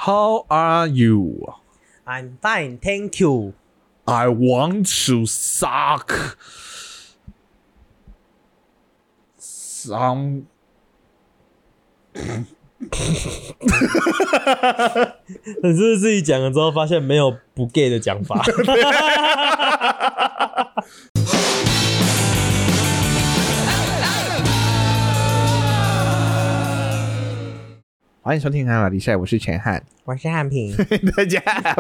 How are you? I'm fine, thank you. I want to suck some. 你是不是自己讲了之后发现没有不 gay 的讲法？ 欢迎收听《汉拉比赛》，我是陈汉， 我是汉平。 大家好，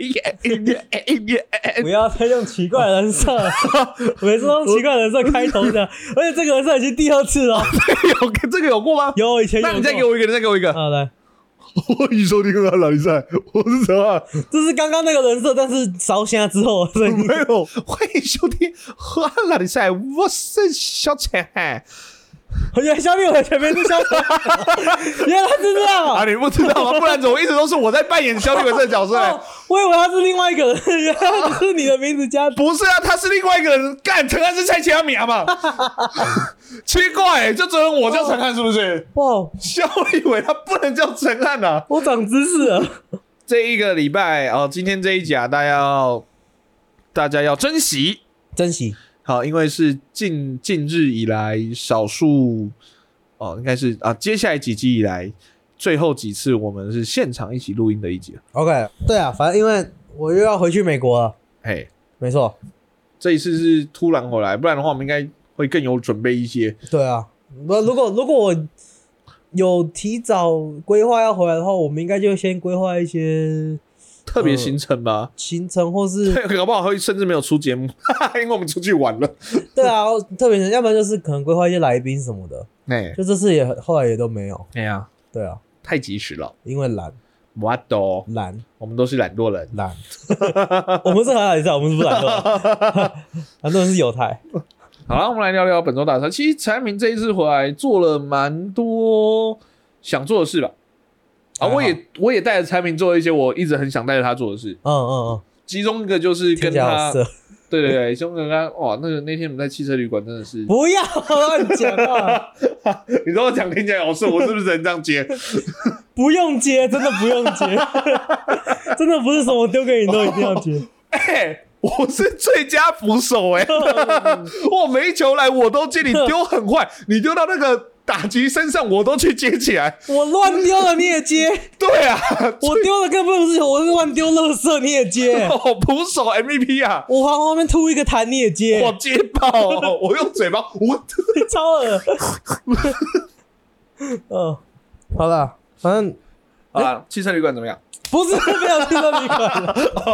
不要再用奇怪的人设，每次都用奇怪的人设开头的，而且这个人设已经第二次了。 这个有过吗？ 有，以前有过。 那你再给我一个，你再给我一个。 好，来， 欢迎收听《汉拉比赛》，我是陈汉。 这是刚刚那个人设，但是烧虾之后的声音。 没有，欢迎收听《汉拉比赛》，我是小陈汉。 原来小李我前面是小陈，原来是这样啊！ 你不知道吗？不然怎么一直都是我在扮演小李伟这个角色、 我以为他是另外一个人，原来不是你的名字加。 不是啊，他是另外一个人。干，陈汉是蔡奇阿米啊嘛？奇怪、就只有我叫陈汉是不是？ 哇， 小李伟他不能叫陈汉啊！ 我长知识了。 这一个礼拜哦，今天这一集啊，大家要珍惜。好，因为是近日以来少数应该是接下来几集以来最后几次我们是现场一起录音的一集。 OK， 对啊，反正因为我又要回去美国了。 嘿， 没错， 这一次是突然回来，不然的话我们应该会更有准备一些。 对啊，如果我有提早规划要回来的话，我们应该就先规划一些特别行程吧， 行程或是搞不好会甚至没有出节目，因为我们出去玩了。 对啊，特别要不然就是可能规划一些来宾什么的。就这次后来也都没有。 对啊， 对啊， 太及时了， 因为懒。 我懂， 懒， 我们都是懒惰人。 懒，我们是很懒惰，我们是不懒惰，懒惰人是有台。 好了，我们来聊聊本周大事。其实陈安平这一次回来做了蛮多想做的事吧。我也带着产品做了一些我一直很想带着他做的事。其中一个就是跟他，对，兄弟他哇，那天我们在汽车旅馆真的是不要乱讲啊！ 你说我讲听起来好顺，我是不是只能这样接？ 不用接，真的不用接，真的不是什么丢给你都一定要接。 我是最佳扶手我每一球来我都接，你丢很快，你丢到那个打击身上我都去接起来， 我乱丢了你也接。对啊， 我丢的更不是球，我是乱丢垃圾你也接。 捕手 MVP 啊， 我往后面吐一个痰你也接， 我接爆我用嘴巴超恶好了，反正汽车旅馆怎么样？ 不是没有汽车旅馆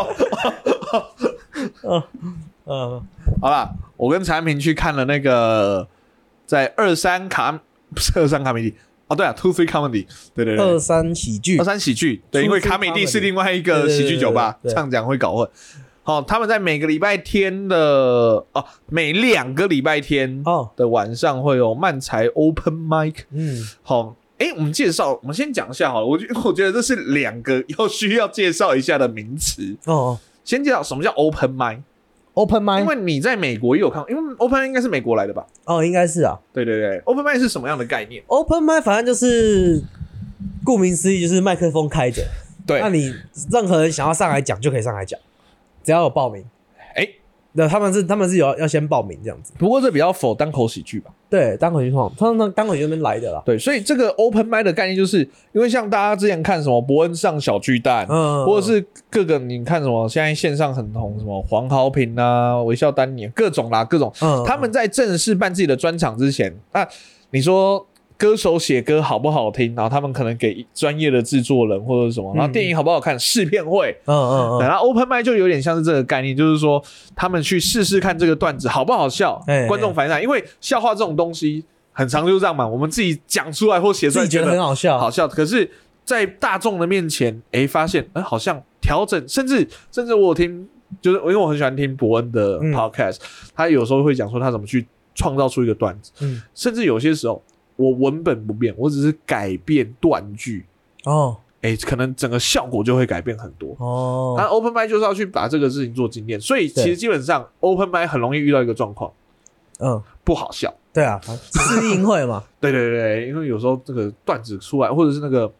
好啦，我跟陈安平去看了那个在23卡米蒂对啊 ，23 Comedy， 对 23喜剧， 对，因为卡米蒂是另外一个喜剧酒吧，这样讲会搞混。好，他们在每个礼拜天的每2个礼拜天的晚上会有漫才 Open Mic。好。我们先讲一下好了。我觉得这是2个需要介绍一下的名词。先介绍什么叫 Open Mic。Open Mic， 因为你在美国也有看过，因为 Open Mic 应该是美国来的吧？ 应该是啊。 对 ，Open Mic 是什么样的概念 ？Open Mic 反正就是顾名思义，就是麦克风开着。对，那你任何人想要上来讲就可以上来讲，只要有报名。他们是有要先报名这样子。不过这比较否单口喜剧吧？ 对，单口喜剧通常单口喜剧那边来的啦。 对，所以这个 Open Mic 的概念就是因为像大家之前看什么伯恩上小巨蛋，或者是各个你看什么现在线上很红什么黄豪平啊、微笑丹尼各种，他们在正式办自己的专场之前，你说歌手写歌好不好听，然后他们可能给专业的制作人或者什么，然后电影好不好看，试片会，然后 Open Mic 就有点像是这个概念，就是说他们去试试看这个段子好不好笑，观众反应，因为笑话这种东西很常就是这样嘛，我们自己讲出来或写出来觉得很好笑， 可是在大众的面前，发现好像调整，甚至我有听，就是因为我很喜欢听伯恩的 podcast，他有时候会讲说他怎么去创造出一个段子，甚至有些时候。我文本不变，我只是改变断句可能整个效果就会改变很多那 Open Mic 就是要去把这个事情做精炼，所以其实基本上 Open Mic 很容易遇到一个状况，不好笑。 对啊，试映会嘛。 对，因为有时候这个段子出来，或者是那个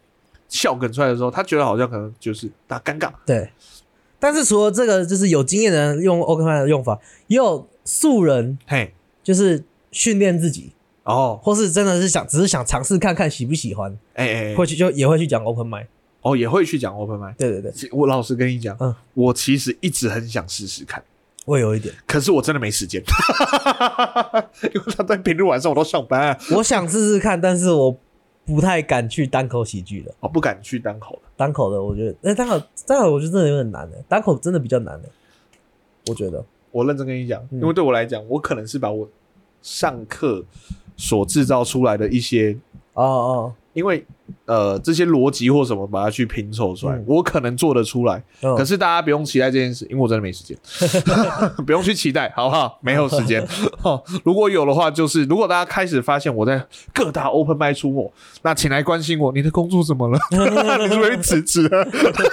笑梗出来的时候，他觉得好像可能就是他尴尬。 对，但是除了这个，就是有经验的人用 open mic 的用法，也有素人，就是训练自己或是真的是只是想尝试看看喜不喜欢，会去也会去讲 open mic。 也会去讲 open mic。 对对对， 我老实跟你讲，我其实一直很想试试看。 我也有一点， 可是我真的没时间，因为他在平日晚上我都上班我想试试看，但是我不太敢去单口喜剧的。 不敢去单口的。 单口的，我觉得，单口我觉得真的有点难单口真的比较难我觉得。 我认真跟你讲，因为对我来讲，我可能是把我上课所制造出来的一些因为这些逻辑或什么把它去拼凑出来，我可能做得出来，可是大家不用期待这件事，因为我真的没时间，不用去期待，好不好？没有时间。如果有的话，就是如果大家开始发现我在各大 open mic 出没，那请来关心我，你的工作怎么了？你是不是辞职了？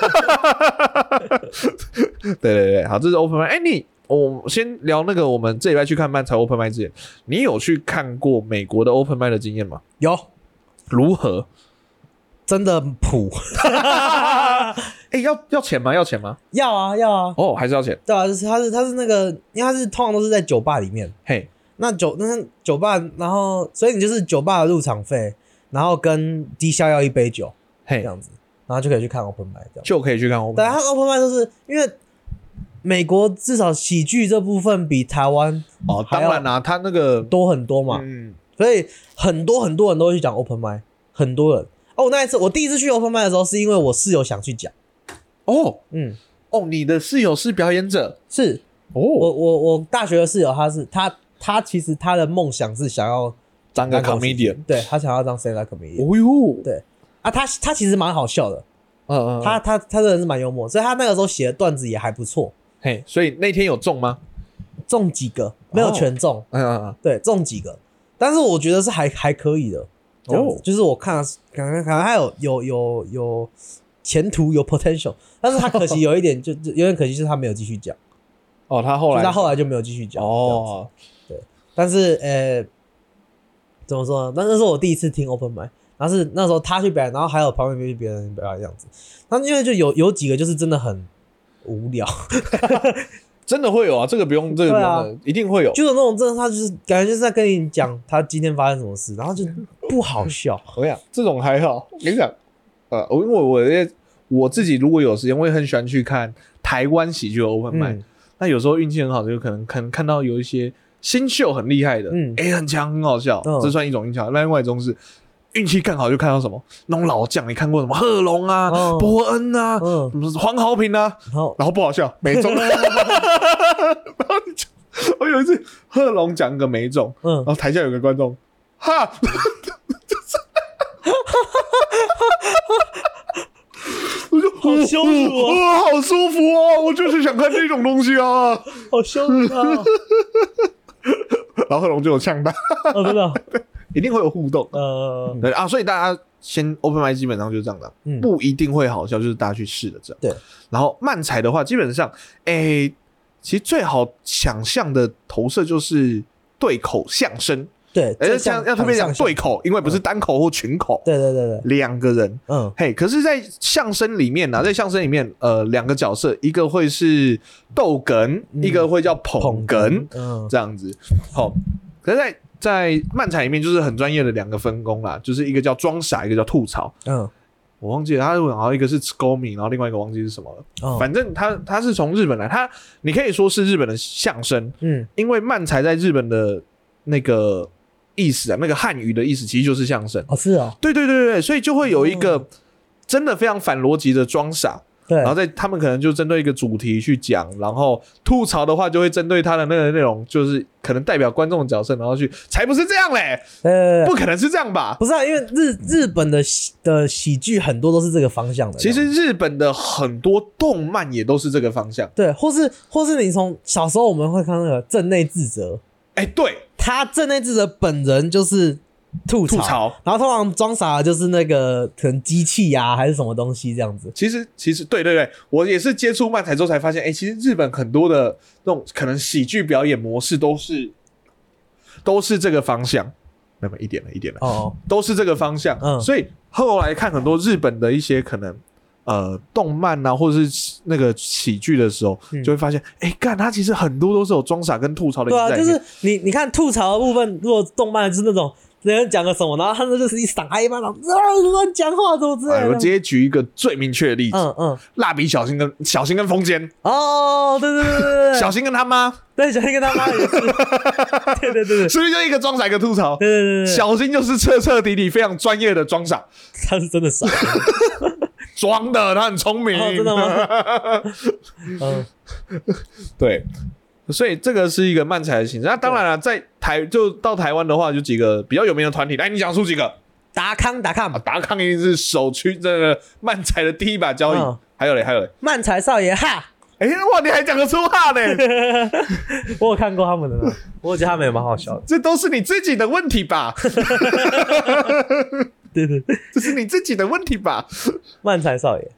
对对对，好，这是 open mic。我先聊那个，我们这礼拜去看漫才 open mic 之前，你有去看过美国的 open mic 的经验吗？ 有。 如何？ 真的普。 要钱吗？要钱吗？ 要啊。 还是要钱？ 对啊，就是他是那个，因为他是通常都是在酒吧里面。那酒吧，然后所以你就是酒吧的入场费，然后跟低消要一杯酒，这样子，然后就可以去看 open mic， 这样就可以去看 open mic。 对，他 open mic 就是因为美国至少喜剧这部分比台湾当然啦，他那个多很多嘛。所以很多人都会去讲 open mic， 很多人。那一次我第一次去 open mic 的时候，是因为我室友想去讲。 你的室友是表演者？ 是。我大学的室友，他其实他的梦想是想要当个 comedian， 对，他想要当 stand up comedian。对啊，他其实蛮好笑的。他的人是蛮幽默，所以他那个时候写的段子也还不错。 所以那天有中吗？ 中几个，没有全中。对，中几个。但是我觉得是还可以的，就是我看可能还有前途，有 potential， 但是他可惜有一点，就有点可惜，是他没有继续讲。 他后来就没有继续讲。对，但是怎么说呢？那是我第一次听 open mic， 然后是那时候他去表演，然后还有旁边别人表演这样子。那因为就有几个就是真的很无聊。 真的会有啊，这个不用的，一定会有。 就是那种真的，他就是感觉就是在跟你讲他今天发生什么事，然后就不好笑。 我跟你讲，这种还好。我跟你讲，因为我自己如果有时间，我也很喜欢去看台湾喜剧的 open mic。那有时候运气很好，就可能看到有一些新秀很厉害的，很强很好笑，这算一种运气好。另外一种是运气更好，就看到什么那种老将，你看过什么贺龙啊、伯恩啊、什么黄豪平啊，然后不好笑，没中。然后我有一次贺龙讲个没中，然后台下有个观众，哈，我就好羞辱啊，好舒服啊，我就是想看这种东西啊， 好羞辱啊。 然后贺龙就有呛他， 真的。 一定会有互动，对啊，所以大家先 open mic 基本上就是这样的，不一定会好笑，就是大家去试的这样。 对， 然后漫才的话，基本上，其实最好想象的投射就是对口相声。 对， 要特别讲对口，因为不是单口或群口。 对， 两个人。可是，在相声里面呢，两个角色，一个会是逗哏，一个会叫捧哏，这样子。好，可是在漫才里面就是很专业的两个分工啦，就是一个叫装傻，一个叫吐槽。我忘记了，然后一个是 Tsukomi， 然后另外一个忘记是什么了。反正他是从日本来，你可以说是日本的相声。因为漫才在日本的那个意思啊，那个汉语的意思其实就是相声。 是啊。 对，所以就会有一个真的非常反逻辑的装傻。 对， 然后他们可能就针对一个主题去讲，然后吐槽的话就会针对他的那个内容，就是可能代表观众的角色，然后去才不是这样嘞，不可能是这样吧？ 不是啊，因为日本的喜剧很多都是这个方向的。 其实日本的很多动漫也都是这个方向。 对，或是你从小时候我们会看那个镇内智则， 对， 他镇内智则本人就是吐槽，然后通常装傻的就是那个可能机器啊还是什么东西这样子。 其实对，我也是接触漫才之后才发现，其实日本很多的那种可能喜剧表演模式都是这个方向。 那么一点了，都是这个方向。所以后来看很多日本的一些可能动漫啊，或者是那个喜剧的时候，就会发现，干他其实很多都是有装傻跟吐槽的。 对啊，就是你看吐槽的部分，如果动漫就是那种人家讲个什么，然后他们就是一赏他一巴掌，乱讲话怎么之类的。 我直接举一个最明确的例子，蜡笔小新跟风间。 哦，对， 小新跟他妈。 对，小新跟他妈也是，对， 所以就一个装傻一个吐槽。 对， 小新就是彻彻底底非常专业的装傻， 他是真的傻， 装的，他很聪明。 真的吗？ 对，所以这个是一个漫才的形式。那当然了，在就到台湾的话，就几个比较有名的团体，来你讲出几个。 达康一定是首屈这个漫才的第一把交椅。还有嘞， 漫才少爷哈。 哇，你还讲得出话呢？ 我有看过他们的，我觉得他们也蛮好笑的。 这都是你自己的问题吧？ 对， 这是你自己的问题吧？ 漫才少爷，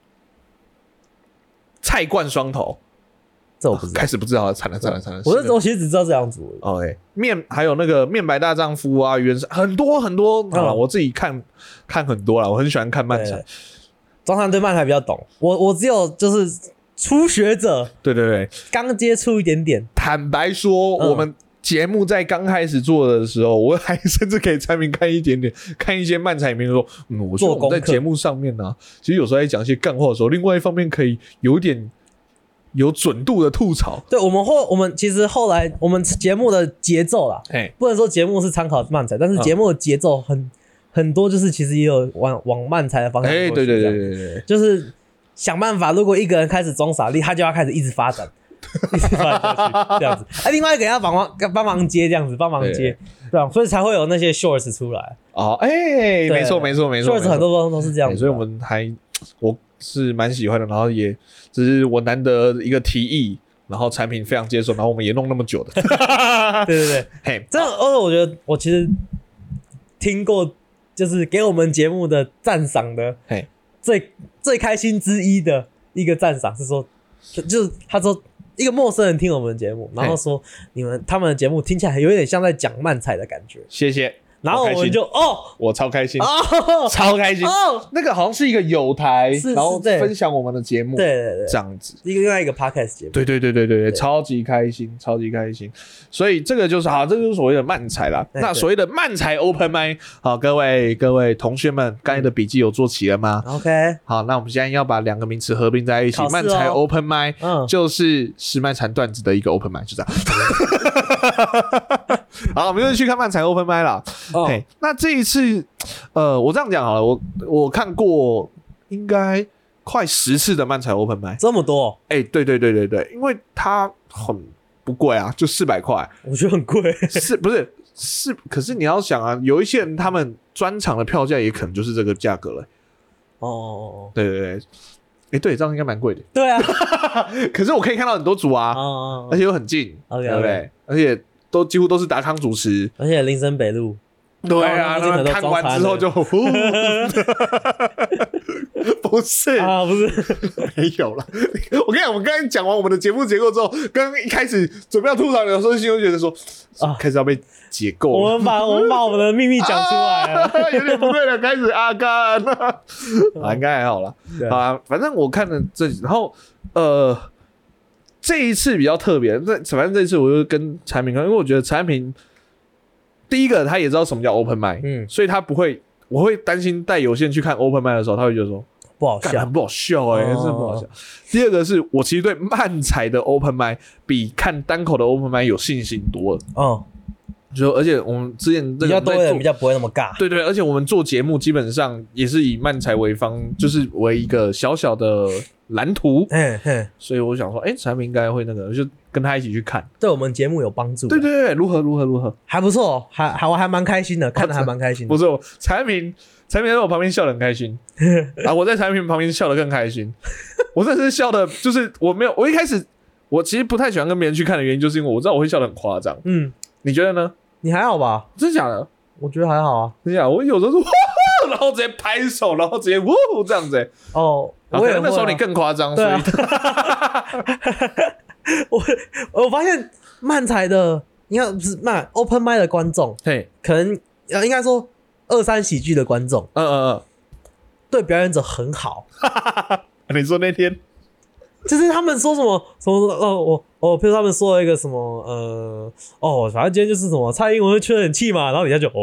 菜冠双头， 这我不知道， 开始不知道了，惨了。 我其实只知道这样子。 还有那个面白大丈夫啊，原神很多。好了，我自己看很多了，我很喜欢看漫才。 庄汉对漫才比较懂，我只有就是初学者， 对， 刚接触一点点。 坦白说，我们节目在刚开始做的时候，我还甚至给产品看一点点，看一些漫才里面说，我觉得我们在节目上面呢，其实有时候在讲一些干话的时候，另外一方面可以有准度的吐槽。 对，我们其实后来我们节目的节奏啦，不能说节目是参考漫才，但是节目的节奏很多，就是其实也有往漫才的方向过去。 对， 就是想办法，如果一个人开始装傻力，他就要开始一直发展，一直发展下去，这样子。另外一个人要帮忙接，这样子帮忙接，对啊，所以才会有那些 shorts 出来。 没错 shorts 很多都是这样子。 所以我是蛮喜欢的，然后也只是我难得一个提议，然后产品非常接受，然后我们也弄那么久的。 对，这我觉得我其实听过，就是给我们节目的赞赏的，最开心之一的一个赞赏是说，就是他说一个陌生人听我们的节目，然后说他们的节目听起来有点像在讲漫才的感觉。 谢谢。 然后我们就我超开心，超开心那个好像是一个友台，然后分享我们的节目， 对， 这样子， 另外一个 podcast 节目， 对，超级开心。所以这个就是好，这就是所谓的漫才啦。那所谓的漫才 open mic， 好，各位同学们，刚才的笔记有做齐了吗 ？OK， 好，那我们现在要把两个名词合并在一起，漫才 open mic， 就是石漫谈段子的一个 open mic， 就这样。好，我们就去看漫才 open mic 啦。那这一次，我这样讲好了，我看过应该快10次的漫才 open mic， 这么多？ 对，因为它很不贵啊，就400块， 我觉得很贵， 不是？可是你要想啊，有一些人他们专场的票价也可能就是这个价格了。对，对，这样应该蛮贵的。 对啊， 可是我可以看到很多组啊，而且又很近，对不对？而且几乎都是达康主持， 而且林森北路。 对啊，那看完之后就不是没有了。我跟你讲，我刚才讲完我们的节目结构之后，刚刚一开始准备要吐槽的时候，心中觉得说开始要被解构了。 我们把我们的秘密讲出来了， 有点不对了，开始干应该还好啦。反正我看了然后这一次比较特别，反正这一次我就跟产品看，因为我觉得产品。第一个，他也知道什么叫 open mic，所以他不会，我会担心带有些人去看 open mic 的时候，他会觉得说不好笑， 很不好笑真的不好笑。第二个是我其实对漫才的 open mic 比看单口的 open mic 有信心多了。而且我们之前比较多人比较不会那么尬， 对，而且我们做节目基本上也是以漫才为方，就是为一个小小的蓝图，所以我想说，产品应该会那个，就跟他一起去看， 对我们节目有帮助。 对，如何，还不错，我还蛮开心的，看得还蛮开心的。 不错，产品在我旁边笑得很开心，我在产品旁边笑得更开心。我真的是笑的，就是我一开始我其实不太喜欢跟别人去看的原因，就是因为我知道我会笑得很夸张。你觉得呢？ 你还好吧？ 真的假的？ 我觉得还好啊。 真的假的？我有时候是然后直接拍手，然后直接这样子。可能那时候你更夸张，所以我发现漫才的应该不是open mic 的观众， 对， 可能应该说23喜剧的观众，对表演者很好。 你说那天就是他们说什么譬如他们说了一个什么反正今天就是什么蔡英文会缺人气嘛，然后底下就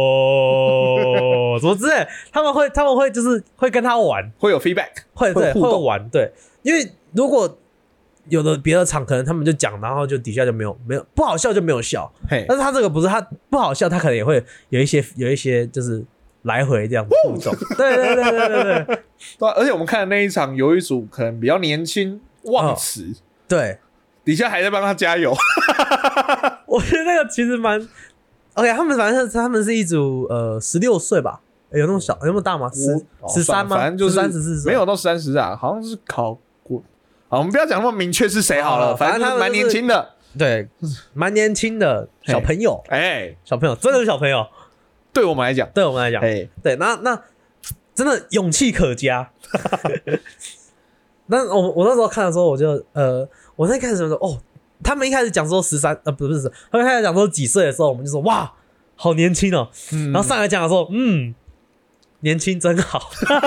什么之类，他们会就是会跟他玩， 会有 feedback， 会玩，对，因为如果有的别的场可能他们就讲，然后就底下就没有不好笑就没有笑，但是他这个不是，他不好笑，他可能也会有一些就是来回这样子互动，对， 对，而且我们看的那一场有一组可能比较年轻，忘词， 对， 底下还在帮他加油， 我觉得那个其实蛮 OK， 他们反正他们是一组16岁吧，有那么小有那么大吗？13吗？ 反正就是 13、14岁， 没有到30啊，好像是考过。好，我们不要讲那么明确是谁好了，反正他们蛮年轻的， 对，蛮年轻的小朋友，小朋友真的是小朋友， 对我们来讲， 对，那真的勇气可嘉。那我那时候看的时候，我就我在开始说他们一开始讲说13，不是，他们开始讲说几岁的时候，我们就说哇，好年轻哦，然后上来讲的时候，年轻真好。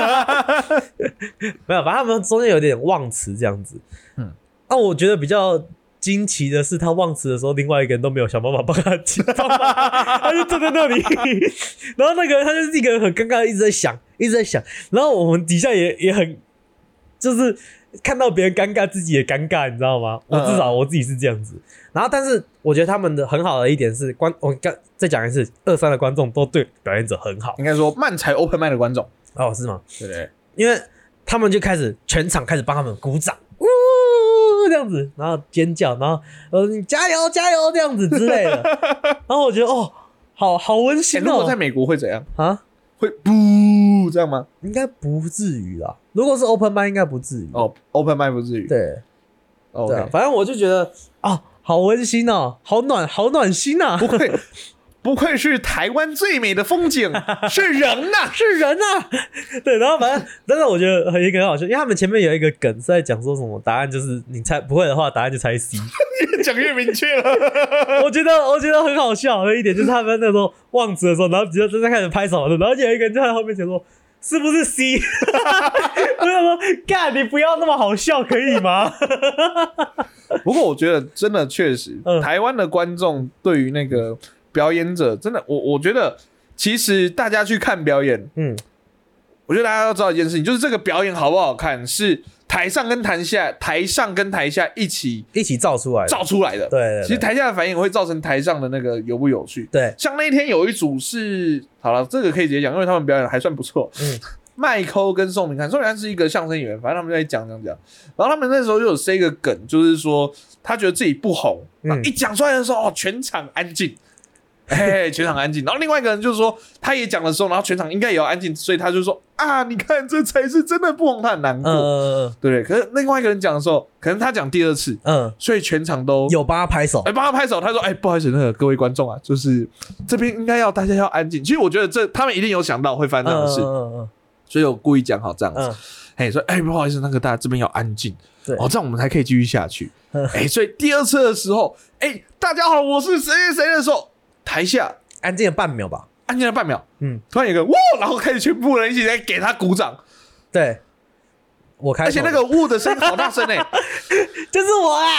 没有，反正他们中间有点忘词这样子。我觉得比较惊奇的是，他忘词的时候，另外一个人都没有想办法帮他接，他就站在那里，然后那个人他就是一个人很尴尬，一直在想，然后我们底下也很，就是看到别人尴尬，自己也尴尬，你知道吗？至少我自己是这样子。然后，但是我觉得他们的很好的一点是，我再讲一次，23的观众都对表演者很好。 应该说漫才 open mic 的观众是吗？ 对， 因为他们就全场开始帮他们鼓掌，这样子，然后尖叫，然后你加油加油这样子之类的。然后我觉得好温馨哦。 如果在美国会怎样啊？ 会不这样吗？ 应该不至于啦。如果是 open mic 应该不至于。 open mic 不至于。 对，对，反正我就觉得好温馨哦，好暖心啊！ 不愧是台湾最美的风景，是人呐， 对，然后反正真的我觉得一个很好笑，因为他们前面有一个梗是在讲说什么答案就是你猜不会的话，答案就猜 C。 越讲越明确了。 我觉得很好笑的一点就是他们那时候忘词的时候，然后就在开始拍手，然后有一个人就在后面讲说。是不是 C？ 我想说，干你不要那么好笑，可以吗？ 不过我觉得真的确实，台湾的观众对于那个表演者，真的，我觉得其实大家去看表演，我觉得大家要知道一件事情，就是这个表演好不好看，是台上跟台下一起造出来的。对， 其实台下的反应会造成台上的那个有不有趣。 对， 像那一天有一组是好了，这个可以直接讲，因为他们表演还算不错。麦扣跟宋明翰是一个相声演员，反正他们在讲，然后他们那时候就有 say 一个梗，就是说他觉得自己不红，一讲出来的时候，全场安静。全场安静，然后另外一个人就是说，他也讲的时候，然后全场应该也要安静，所以他就说你看这才是真的不红，他很难过，对不对？可是另外一个人讲的时候，可能他讲第二次，所以全场都有帮他拍手， 他说，不好意思，那个各位观众啊，就是这边应该要大家要安静。其实我觉得他们一定有想到会发生这样的事，所以我故意讲好这样子，说不好意思，那个大家这边要安静，这样我们才可以继续下去。所以第二次的时候，大家好，我是谁的时候。台下安静了半秒吧， 突然有个哇，然后开始全部人一起在给他鼓掌。 对，我开始， 而且那个呜的声音好大声就是我啊，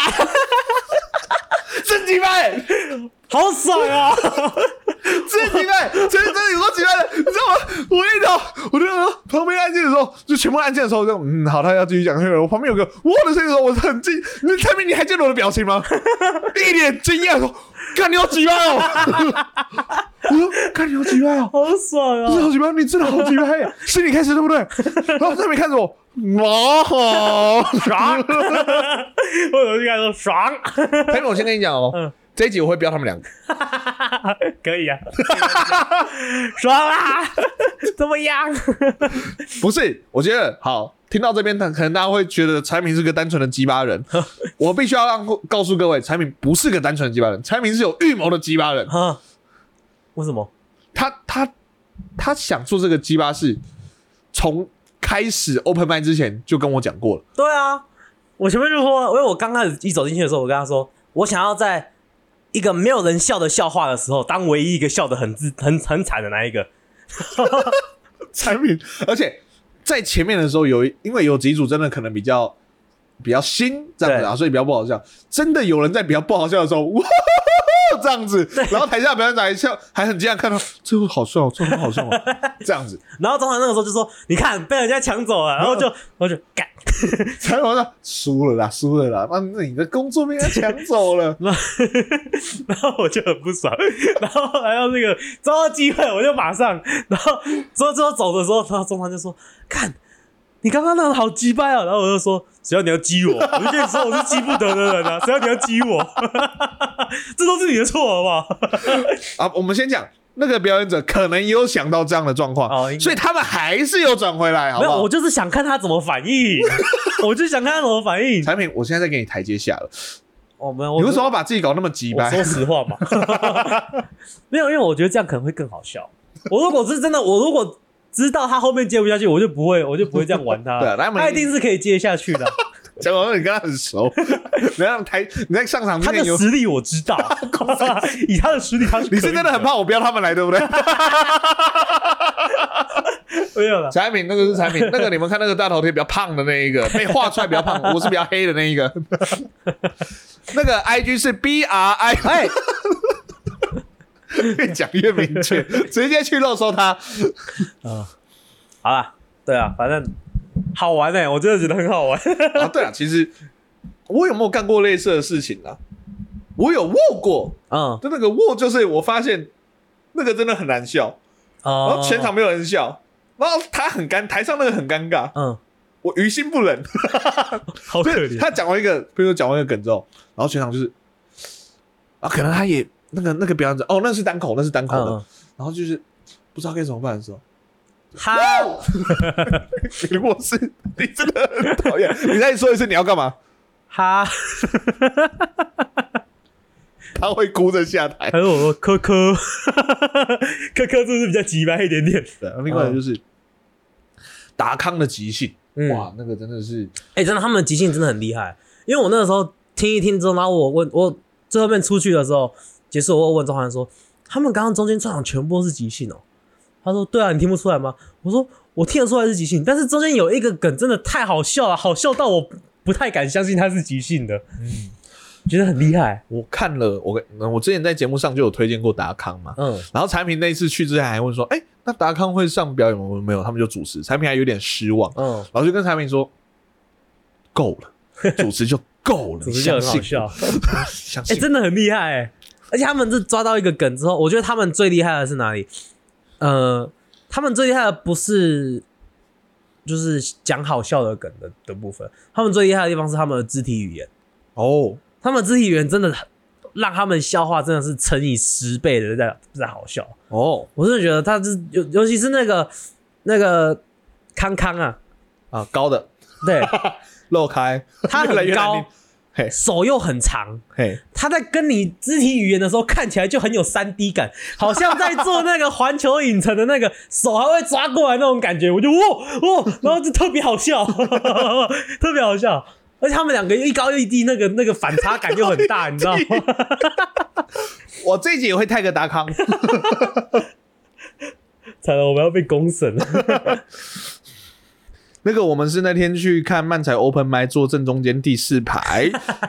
真鸡掰， 好爽啊！ 真鸡掰，真的有多鸡掰的，你知道吗？我就说旁边安静的时候，就全部安静的时候，就好，他要继续讲。我旁边有个哇的声音的时候，我很惊。蔡明，你还记得我的表情吗？一脸惊讶说。看你好几掰哦！我说看你好几掰哦， 好爽啊！ 你好几掰，你真的好几掰呀！是你开始对不对？然后他没看着我，爽！ 我就开始说爽。 蔡明，我先跟你讲哦，这一集我会标他们两个。 可以啊，爽啊！怎么样？ 不是，我觉得好。听到这边，可能大家会觉得柴明是个单纯的鸡巴人。我必须要告诉各位，柴明不是个单纯的鸡巴人，柴明是有预谋的鸡巴人。 为什么？ 他想做这个鸡巴事，从开始 open mic 之前就跟我讲过了。 对啊，我前面就说，因为我刚开始一走进去的时候，我跟他说，我想要在一个没有人笑的笑话的时候，当唯一一个笑得很惨的那一个产品，而且在前面的时候因为有几组真的可能比较新这样子啊，所以比较不好笑。真的有人在比较不好笑的时候，哇这样子，然后台下表演者还笑，还很惊讶看到这个好笑，这很好笑吗？这样子。 然后中场那个时候就说：“你看被人家抢走了。”然后就干， 才我说输了啦，那你的工作被人家抢走了。 然后我就很不爽，然后还有那个抓到机会，我就马上，然后最后走的时候，然后中场就说：“看。”你刚刚那个好鸡掰啊！然后我就说，谁要你要激我？我就跟你说我是激不得的人啊！谁要你要激我？这都是你的错，好不好？ 啊，我们先讲那个表演者可能也有想到这样的状况，所以他们还是有转回来，好不好？ 没有，我就是想看他怎么反应，我就想看他怎么反应。 产品，我现在在给你台阶下了。 没有， 你为什么要把自己搞那么鸡掰？ 说实话嘛，没有，因为我觉得这样可能会更好笑。我如果知道他后面接不下去，我就不会这样玩他。 对， 他一定是可以接下去的。 讲完你跟他很熟，你在上场之前他的实力我知道，以他的实力他是可以的。 你是真的很怕我不要他们来，对不对？ 没有了。 产品那个是产品，那个你们看那个大头贴比较胖的那一个，被画出来比较胖，我是比较黑的那一个。那个 IG 是 BRI。越讲越明确，直接去肉搜他。 好啦，对啊，反正好玩欸，我真的觉得很好玩。 啊，对啊，其实我有没有干过类似的事情啊？我有握过，就那个握，就是我发现那个真的很难笑，然后全场没有人笑，然后他台上那个很尴尬，我于心不忍， 好可怜。 他讲完一个，比如说讲完一个梗之后，然后全场就是啊，可能他也。那个表演者那是单口的，然后就是不知道该怎么办的时候， 哈， 如果是你真的很讨厌，你再说一次你要干嘛？ 哈， 他会哭着下台。 还有我说科是不是比较急掰一点点？ 对，另外就是达康的即兴，哇，那个真的是， 真的他们的即兴真的很厉害。因为我那个时候听一听之后，然后我最后面出去的时候。结束，我问钟汉说：“他们刚刚中间串场全部都是即兴哦。”他说：“对啊，你听不出来吗？”我说：“我听得出来是即兴，但是中间有一个梗真的太好笑了，好笑到我不太敢相信它是即兴的。”觉得很厉害。 我看了，我之前在节目上就有推荐过达康嘛，然后产品那一次去之前还问说：“那达康会上表演吗？”没有，他们就主持，产品还有点失望，然后就跟产品说：“够了，主持就够了， 主持就很好笑，真的很厉害而且他们是抓到一个梗之后，我觉得他们最厉害的是哪里？他们最厉害的不是就是讲好笑的梗的部分，他们最厉害的地方是他们的肢体语言。他们肢体语言真的让他们笑话真的是乘以10倍的在好笑。我真的觉得他是尤其是那个康康啊， 高的， 对， 露开， 他很高。手又很长，他在跟你肢体语言的时候看起来就很有 3D 感，好像在做那个环球影城的那个手还会抓过来那种感觉，我就然后就特别好笑，特别好笑，而且他们两个一高一低，那个反差感就很大，你知道吗？ 我这一集也会tag达康， 惨了，我们要被公审了。 那个我们是那天去看漫才 Open Mic 坐正中间第4排，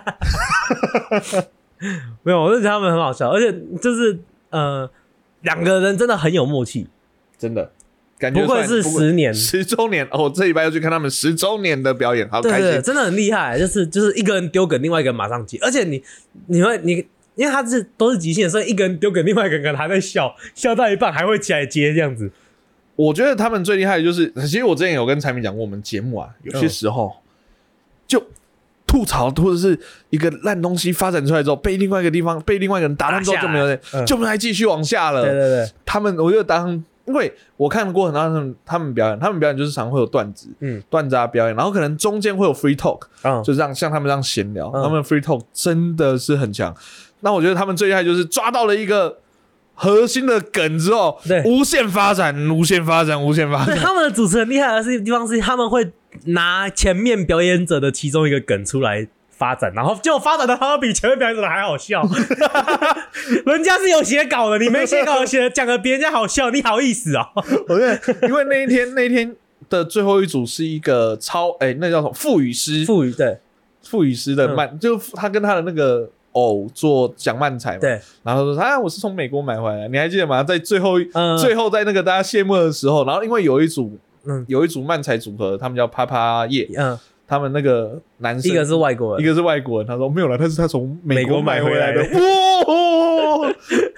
没有，我就觉得他们很好笑，而且就是2个人真的很有默契， 真的感觉不愧是10年 10周年哦！这礼拜要去看他们10周年的表演，好开心， 对，真的很厉害，就是一个人丢梗，另外一个人马上接，而且你因为他都是即兴的，所以一个人丢梗，另外一个人还在笑到一半还会起来接这样子。 我觉得他们最厉害的就是，其实我之前有跟产品讲过，我们节目有些时候就吐槽或者是一个烂东西发展出来之后，被另外一个人打烂之后就没有人，就没再继续往下了。 对， 我觉得因为我看过很多他们表演就是常会有段子，段子表演，然后可能中间会有 free talk，就像他们这样闲聊，他们的 free talk 真的是很强。那我觉得他们最厉害就是抓到了一个核心的梗之后，无限发展。对，他们的主持人厉害的地方是他们会拿前面表演者的其中一个梗出来发展，然后结果发展的他比前面表演者的还好笑。人家是有写稿的，你没写稿写讲的别人家好笑，你好意思哦？ 因为那一天的最后一组是一个那叫什么腹语师，腹语师的就他跟他的那个偶做讲漫才嘛， 对， 然后说我是从美国买回来，你还记得吗？在最后在那个大家谢幕的时候，然后因为有一组漫才组合，他们叫啪啪叶，他们那个男生一个是外国人， 一个是外国人，他说没有了，但是他从美国买回来的，哇！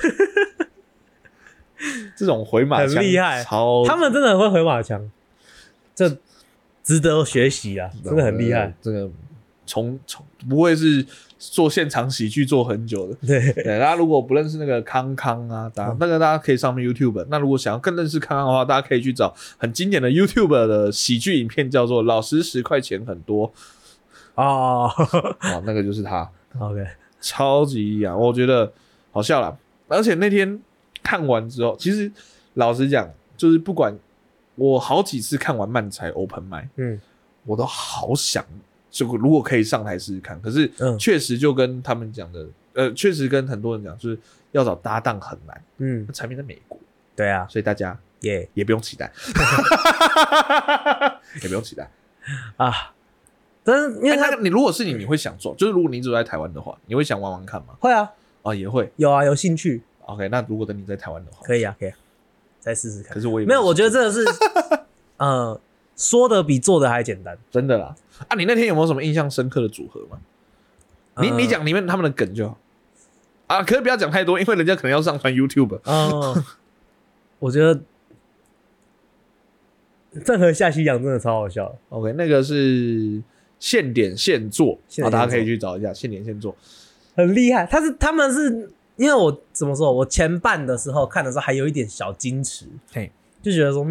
这种回马枪很厉害，他们真的很会回马枪，这值得学习啊，真的很厉害。 这个不会是做现场喜剧做很久的。 对， 大家如果不认识那个康康啊，那个大家可以上面 YouTube。那如果想要更认识康康的话，大家可以去找很经典的 YouTube 的喜剧影片，叫做《老师10块钱很多》哦，那个就是他。 OK， 超级厉害，我觉得好笑啦。而且那天看完之后，其实老实讲，就是不管我好几次看完漫才 Open Mic，我都好想。就如果可以上台试试看，可是确实就跟他们讲的，确实跟很多人讲，就是要找搭档很难。产品在美国， 对啊， 所以大家也不用期待，也不用期待啊。但是因为你如果是你会想做，就是如果你只在台湾的话，你会想玩玩看吗？ 会啊， 也会有啊，有兴趣。 OK， 那如果等你在台湾的话， 可以啊，再试试看。 可是我也没有，我觉得真的是，说的比做的还简单， 真的啦。你那天有没有什么印象深刻的组合吗？你讲里面他们的梗就好可是不要讲太多，因为人家可能要上传 YouTube。 我觉得郑和下西洋真的超好笑的。 OK， 那个是现点现做，大家可以去找一下现点现做， 很厉害。他们是因为我怎么说，我前半的时候看的时候还有一点小矜持，就觉得说，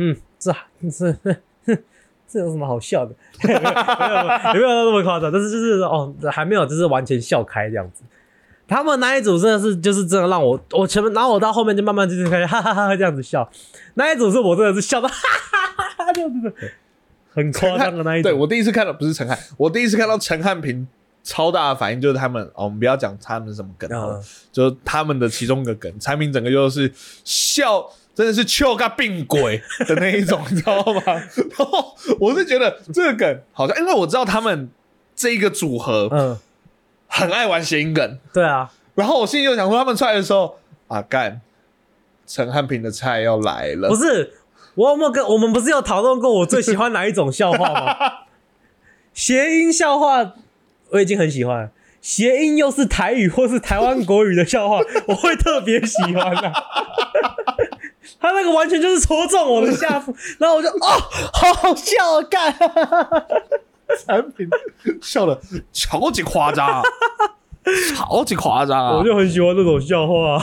这有什么好笑的？也没有那么夸张，但是就是还没有就是完全笑开这样子。他们那一组真的是就是真的让我前面，然后我到后面就慢慢就是开始哈哈哈这样子笑。那一组是我真的是笑到哈哈哈这样子，很夸张的那一组。 对，我第一次看到不是陈汉，我第一次看到陈汉平超大的反应，就是他们我们不要讲他们什么梗，就是他们的其中一个梗，产品整个就是笑。真的是笑到病鬼的那一种，你知道吗？然后我是觉得这个梗好像，因为我知道他们这一个组合，很爱玩谐音梗， 对啊。 然后我心里就想说，他们出来的时候干，陈汉平的菜要来了。 不是，我们不是有讨论过我最喜欢哪一种笑话吗？谐音笑话我已经很喜欢了，谐音又是台语或是台湾国语的笑话，我会特别喜欢的。他那个完全就是戳中我的下腹，然后我就好好笑干， 产品笑的超级夸张，超级夸张啊！ 我就很喜欢那种笑话。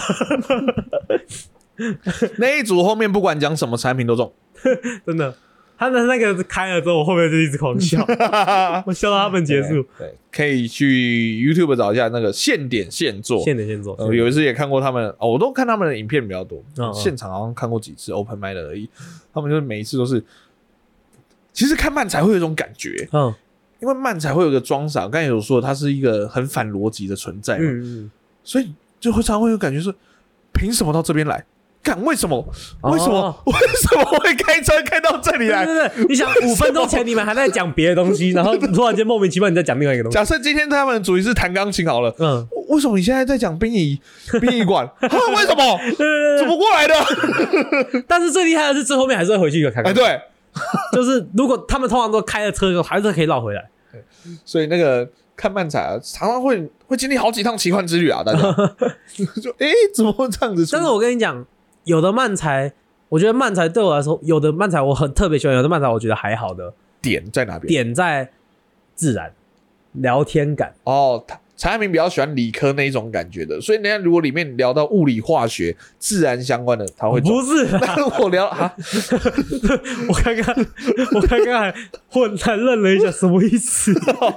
那一组后面不管讲什么产品都中， 真的。他的那个开了之后，我后面就一直狂笑，我笑到他们结束。 对，可以去 YouTube 找一下那个现点现做。有一次也看过他们，我都看他们的影片比较多，现场好像看过几次 Open Mic 而已。他们就是每一次都是，其实看漫才会有一种感觉，因为漫才会有个装傻，刚才有说它是一个很反逻辑的存在嘛，所以就会常会有感觉是，凭什么到这边来？为什么会开车开到这里来？ 对，你想5分钟前你们还在讲别的东西，然后突然间莫名其妙你在讲另外一个东西。 假设今天他们的主题是弹钢琴好了，为什么你现在在讲殡仪馆？为什么？怎么过来的？ 但是最厉害的是最后面还是会回去一个看。 对， 就是如果他们通常都开了车之后，还是可以绕回来。 所以那个看漫才常常会经历好几趟奇幻之旅啊，大家就怎么会这样子？ 但是我跟你讲。有的漫才，我觉得漫才对我来说，有的漫才我很特别喜欢，有的漫才我觉得还好的点在哪边？ 点在自然聊天感。 陈汉平比较喜欢理科那一种感觉的，所以人家如果里面聊到物理、化学、自然相关的，他会不是。 但我聊我刚刚还混乱愣了一下，什么意思？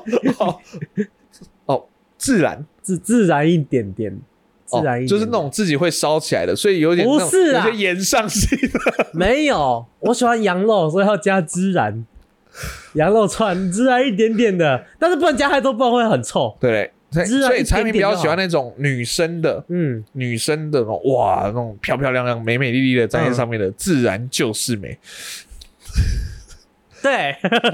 自然自然一点点。自然一点就是那种自己会烧起来的，所以有点不是有些盐上性的。 没有，我喜欢羊肉，所以要加孜然。 羊肉串自然一点点的，但是不能加太多，不然会很臭。 对，所以产品比较喜欢那种女生的，女生的哇，那种漂漂亮亮、美美丽丽的站在上面的，自然就是美。 对，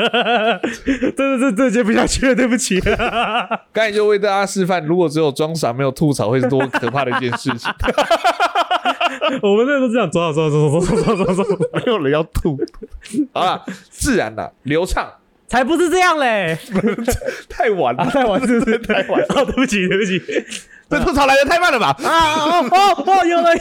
这接不下去了，对不起。 刚才就为大家示范，如果只有装傻没有吐槽，会是多可怕的一件事情。 我们那都这样走， 没有人要吐。好啦，自然啦，流畅， 才不是这样嘞！ 太晚了， 太晚是不是？太晚了，对不起。 这吐槽来的太慢了吧？ 有了。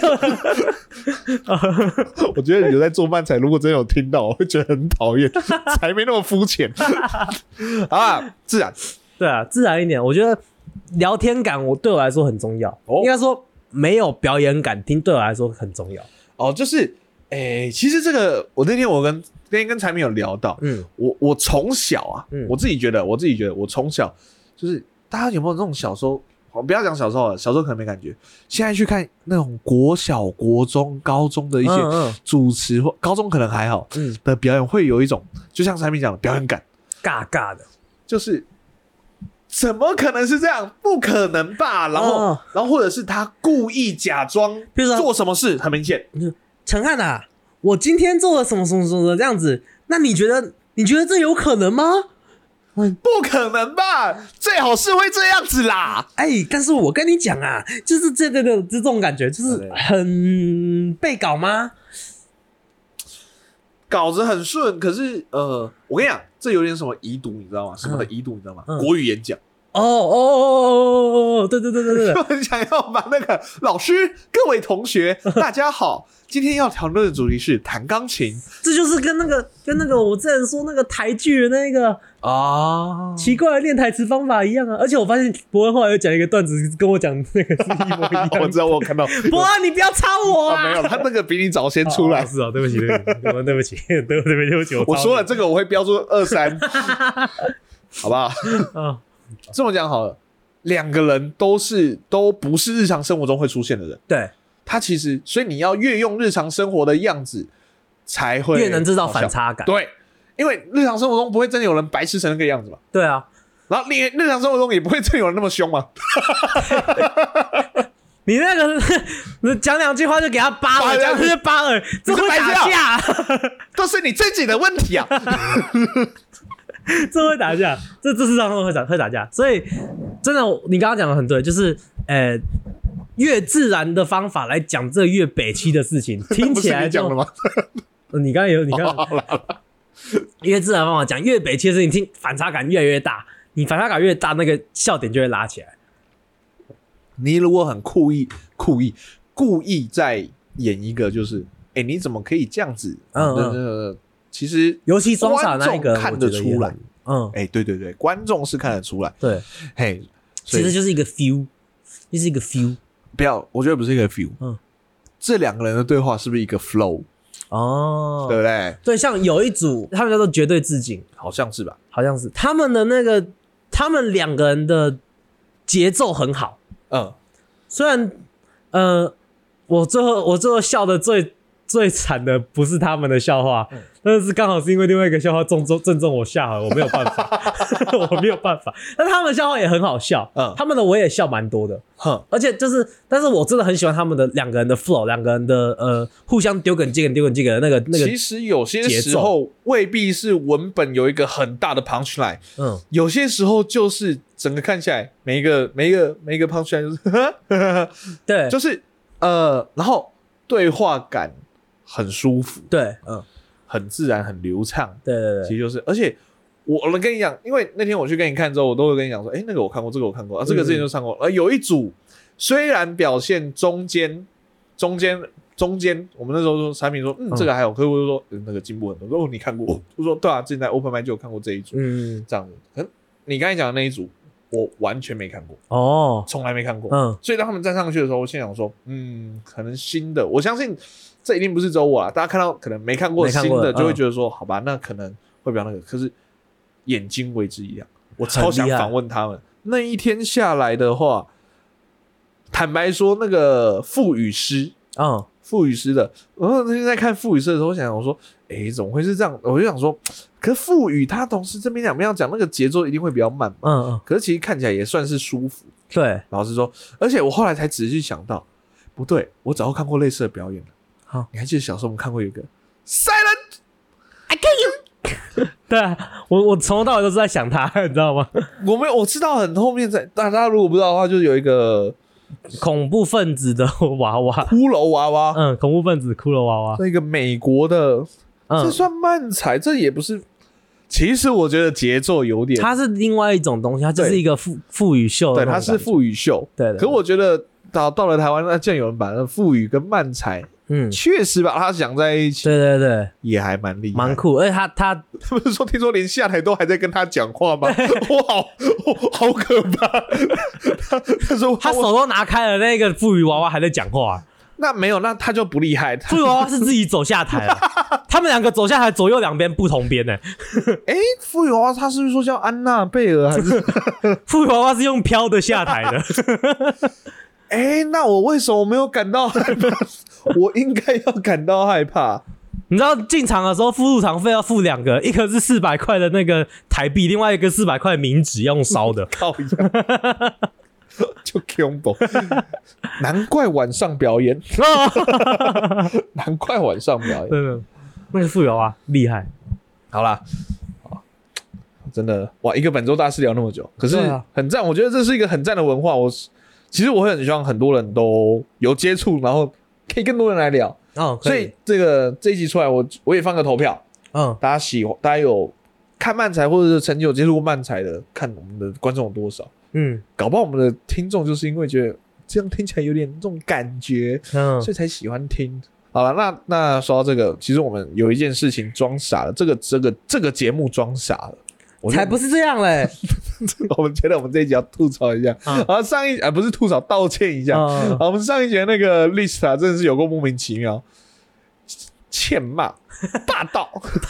我觉得有在做漫才，如果真的有听到，我会觉得很讨厌，才没那么肤浅。好啦，自然， 对啊，自然一点。我觉得聊天感，对我来说很重要。应该说没有表演感，对我来说很重要。 就是，其实这个，我那天跟产品有聊到，我从小啊，我自己觉得，我从小就是，大家有没有那种小时候？我不要讲小时候了，小时候可能没感觉。现在去看那种国小、国中、高中的一些主持，或高中可能还好的表演，会有一种就像产品讲的表演感， 尬尬的， 就是怎么可能是这样？不可能吧？然后或者是他故意假装，比如说做什么事很明显。 陈汉啊，我今天做了什么的这样子，那你觉得这有可能吗？ 不可能吧？最好是会这样子啦。 但是我跟你讲啊，就是这种感觉，就是很被搞吗？ 稿子很顺，可是我跟你讲，这有点什么遗毒，你知道吗？什么的遗毒，你知道吗？国语演讲。对， 就很想要把那个老师、各位同学，大家好，今天要讨论的主题是弹钢琴。 这就是跟那个我之前说那个台剧的那个奇怪的练台词方法一样啊。而且我发现伯恩后来有讲一个段子，跟我讲那个是一模一样。 我知道，我有看到。 伯恩，你不要抄我啊！ 没有，他那个比你早先出来。 是对不起，对不起， 我说了这个我会标注23，好不好？这么讲好了，两个人都不是日常生活中会出现的人。 对， 他其实，所以你要越用日常生活的样子，才会越能制造反差感。 对，因为日常生活中不会真的有人白痴成那个样子嘛。 对啊， 然后你日常生活中也不会真的有人那么凶嘛。 你那个讲两句话就给他8耳，讲是8耳，这会打架， 都是你自己的问题啊。 这会打架，这市场上会打架，所以真的，你刚刚讲的很对，就是越自然的方法来讲这越北七的事情，听起来就不是你讲的吗？ 你刚刚有，你刚越自然方法讲越北七的事情，听反差感越来越大，你反差感越大，那个笑点就会拉起来。 你如果很故意在演一个，就是你怎么可以这样子？其实尤其装傻那一个看得出来，对，观众是看得出来， 对，其实就是一个 feel， 就是一个 feel， 不要，我觉得不是一个 feel，这两个人的对话是不是一个 flow？ 对不对？ 对，像有一组他们叫做绝对致敬， 好像是吧？ 好像是他们的那个，他们两个人的节奏很好，虽然我最后笑的最惨的不是他们的笑话，但是刚好是因为另外一个笑话正中我下颌，我没有办法，我没有办法。但他们的笑话也很好笑，他们的我也笑蛮多的，而且就是，但是我真的很喜欢他们的两个人的 flow， 两个人的互相丢梗接梗的那个。 其实有些时候未必是文本有一个很大的 punch line，有些时候就是整个看下来，每一个 punch line 就是对，就是然后对话感很舒服， 对， 很自然，很流畅， 对， 其实就是，而且我能跟你讲，因为那天我去跟你看之后，我都会跟你讲说，那个我看过，这个我看过，这个之前就上过，有一组虽然表现中间，我们那时候说产品说，这个还有，可是我就说那个进步很多，说你看过，我说对啊，之前在 Open Mic 就有看过这一组，这样子，可你刚才讲的那一组。我完全没看过从来没看过，所以当他们站上去的时候，我心想说，可能新的，我相信这一定不是只有我啦，大家看到可能没看过新的，就会觉得说，好吧，那可能会比较那个，可是眼睛为之一亮，我超想访问他们。那一天下来的话，坦白说，那个腹语师， 腹语师的。我那天在看腹语师的时候，我想我说，怎么会是这样？我就想说，可是腹语它同时这边两边要讲那个节奏一定会比较慢，可是其实看起来也算是舒服。 对， 老实说，而且我后来才仔细想到，不对，我早就看过类似的表演了。 好， 你还记得小时候我们看过有一个 Silent I kill you 对啊，我从头到尾都是在想他，你知道吗？ 我知道很后面大家如果不知道的话，就是有一个恐怖分子的娃娃， 骷髅娃娃， 恐怖分子骷髅娃娃， 这个美国的，这算慢才，这也不是。其实我觉得节奏有点， 它是另外一种东西，它就是一个腹语秀的， 对，它是腹语秀， 对。 可我觉得到了台湾，那竟然有人把那腹语跟慢才，确实把它想在一起， 对， 也还蛮厉害， 蛮酷。而且他不是说听说连下台都还在跟他讲话吗？哇，好可怕！他说他手都拿开了，那个腹语娃娃还在讲话。 那没有，那他就不厉害。 腹语娃娃是自己走下台了，他们两个走下台，左右两边不同边呢。 腹语娃娃他是不是说叫安娜贝尔还是？ 腹语娃娃是用飘的下台的。 那我为什么没有感到害怕？我应该要感到害怕。 你知道进场的时候付入场费要付2个，一个是400块的那个台币，另外一个400块冥纸要用烧的。 靠呀！就恐怖，难怪晚上表演，难怪晚上表演， 真的，那个腹语娃娃厉害。 好啦，真的哇，一个本周大事聊那么久，可是很赞，我觉得这是一个很赞的文化。其实我会很希望很多人都有接触，然后可以更多人来聊。所以这一集出来，我也放个投票，大家有看漫才或者是曾经有接触过漫才的，看我们的观众有多少？搞不好我们的听众就是因为觉得这样听起来有点这种感觉，所以才喜欢听。好了，那说到这个，其实我们有一件事情装傻了，这个节目装傻了， 才不是这样嘞！ 我们觉得我们这一集要吐槽一下，上一不是吐槽，道歉一下。我们上一集的那个 list 啊，真的是有够莫名其妙，欠骂、霸道。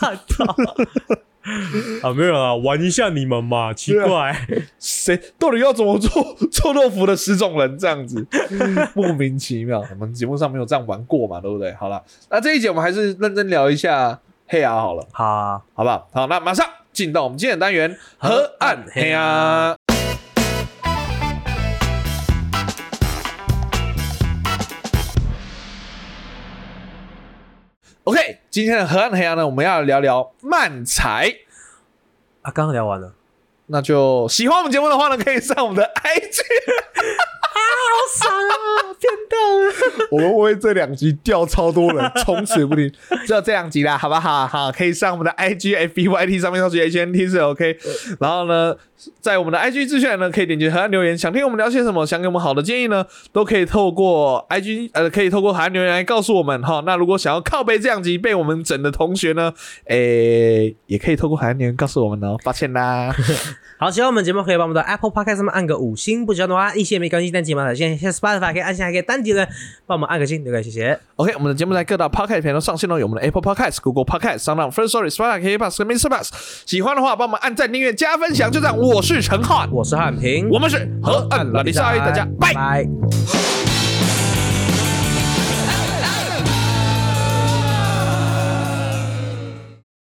没有啊，玩一下你们嘛，奇怪， 谁到底要怎么做臭豆腐的10种人这样子，莫名其妙。我们节目上没有这样玩过嘛，对不对？好了，那这一集我们还是认真聊一下黑牙好了， 好不好？好，那马上进到我们今天的单元河岸黑牙。OK， 今天的河岸黑牙呢，我们要聊聊漫才啊，刚刚聊完了， 那就喜欢我们节目的话呢，可以上我们的 IG 好爽啊，变到了， 我们会这2集掉超多人，从此不停，只有这2集啦，好不好？好，可以上我们的 IG、FB、YT 上面搜寻 HNT 是 OK， 然后呢，在我们的 IG 资讯呢，可以点击河岸留言，想听我们聊些什么，想给我们好的建议呢，都可以透过 IG 可以透过河岸留言来告诉我们哈。那如果想要靠北这2集被我们整的同学呢，也可以透过河岸留言告诉我们哦，抱歉啦。 好，喜欢我们节目可以帮我们的 Apple Podcast 上面按个5星，不喜欢的话一些没关系，但起码现在 Spotify 可以按下，还可以单击的帮我们按个星，留个谢谢。OK， 我们的节目在各大 Podcast 平台都上线了，有我们的 Apple Podcast、Google Podcast、SoundOn、Firstory、Spotify、KKBOX、喜欢的话帮我们按赞、订阅、加分享，就这样。我是陈汉， 我是汉平， 我们是河岸拉力赛，大家拜拜。